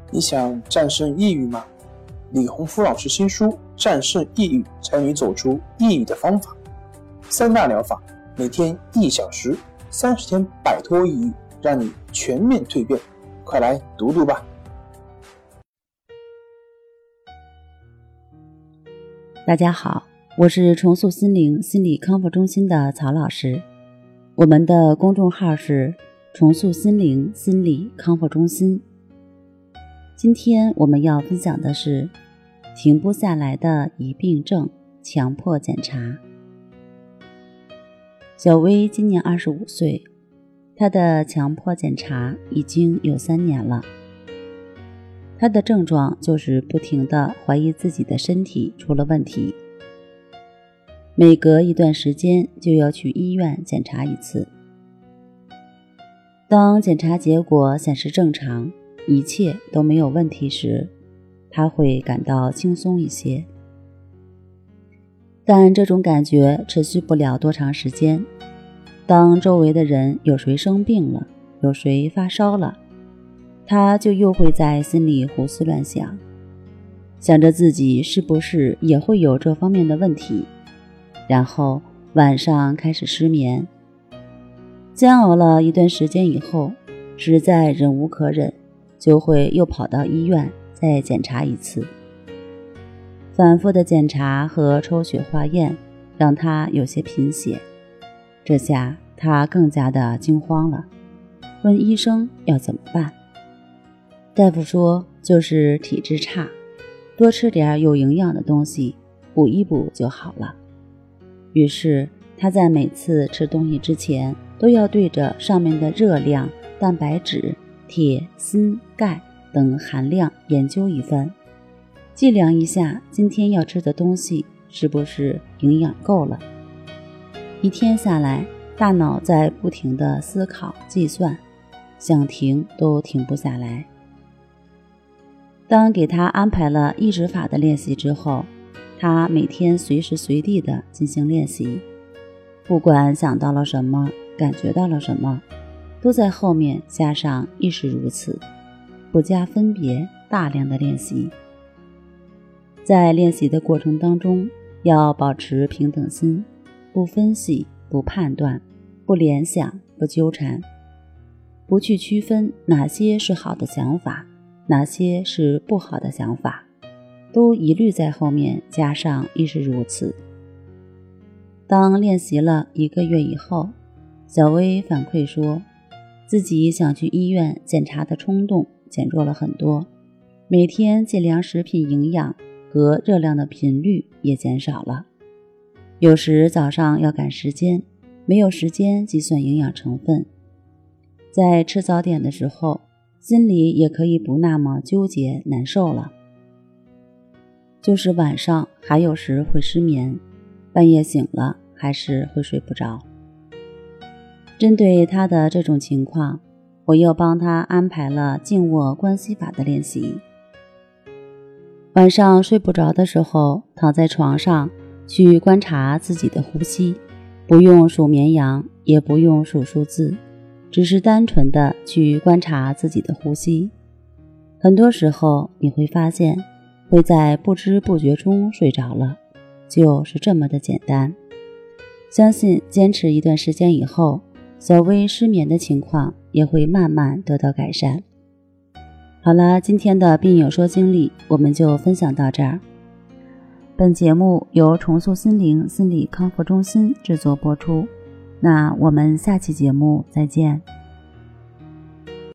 你想战胜抑郁吗？李洪福老师新书《战胜抑郁，教你走出抑郁的方法》，3大疗法，每天1小时，30天摆脱抑郁，让你全面蜕变。快来读读吧。 大家好，我是重塑心灵心理康复中心的曹老师，我们的公众号是重塑心灵心理康复中心。今天我们要分享的是停不下来的疑病症强迫检查。小薇今年25岁，她的强迫检查已经有3年了。她的症状就是不停地怀疑自己的身体出了问题，每隔一段时间就要去医院检查一次。当检查结果显示正常，一切都没有问题时，他会感到轻松一些。但这种感觉持续不了多长时间。当周围的人有谁生病了，有谁发烧了，他就又会在心里胡思乱想，想着自己是不是也会有这方面的问题，然后晚上开始失眠。煎熬了一段时间以后，实在忍无可忍，就会又跑到医院再检查一次。反复的检查和抽血化验让他有些贫血，这下他更加的惊慌了，问医生要怎么办。大夫说就是体质差，多吃点有营养的东西，补一补就好了。于是他在每次吃东西之前都要对着上面的热量、蛋白质、铁、锌、钙等含量研究一番，计量一下今天要吃的东西是不是营养够了。一天下来，大脑在不停地思考计算，想停都停不下来。当给他安排了抑制法的练习之后，他每天随时随地地进行练习，不管想到了什么，感觉到了什么，都在后面加上亦是如此，不加分别，大量的练习。在练习的过程当中，要保持平等心，不分析，不判断，不联想，不纠缠，不去区分哪些是好的想法，哪些是不好的想法，都一律在后面加上亦是如此。当练习了1个月以后，小薇反馈说，自己想去医院检查的冲动减弱了很多，每天计量食品营养和热量的频率也减少了。有时早上要赶时间，没有时间计算营养成分，在吃早点的时候，心里也可以不那么纠结难受了。就是晚上还有时会失眠，半夜醒了还是会睡不着。针对他的这种情况，我又帮他安排了静卧观息法的练习。晚上睡不着的时候，躺在床上去观察自己的呼吸，不用数绵羊，也不用数数字，只是单纯的去观察自己的呼吸。很多时候你会发现会在不知不觉中睡着了，就是这么的简单。相信坚持一段时间以后，小薇失眠的情况也会慢慢得到改善。好了，今天的病友说经历我们就分享到这儿。本节目由重塑心灵心理康复中心制作播出。那我们下期节目再见。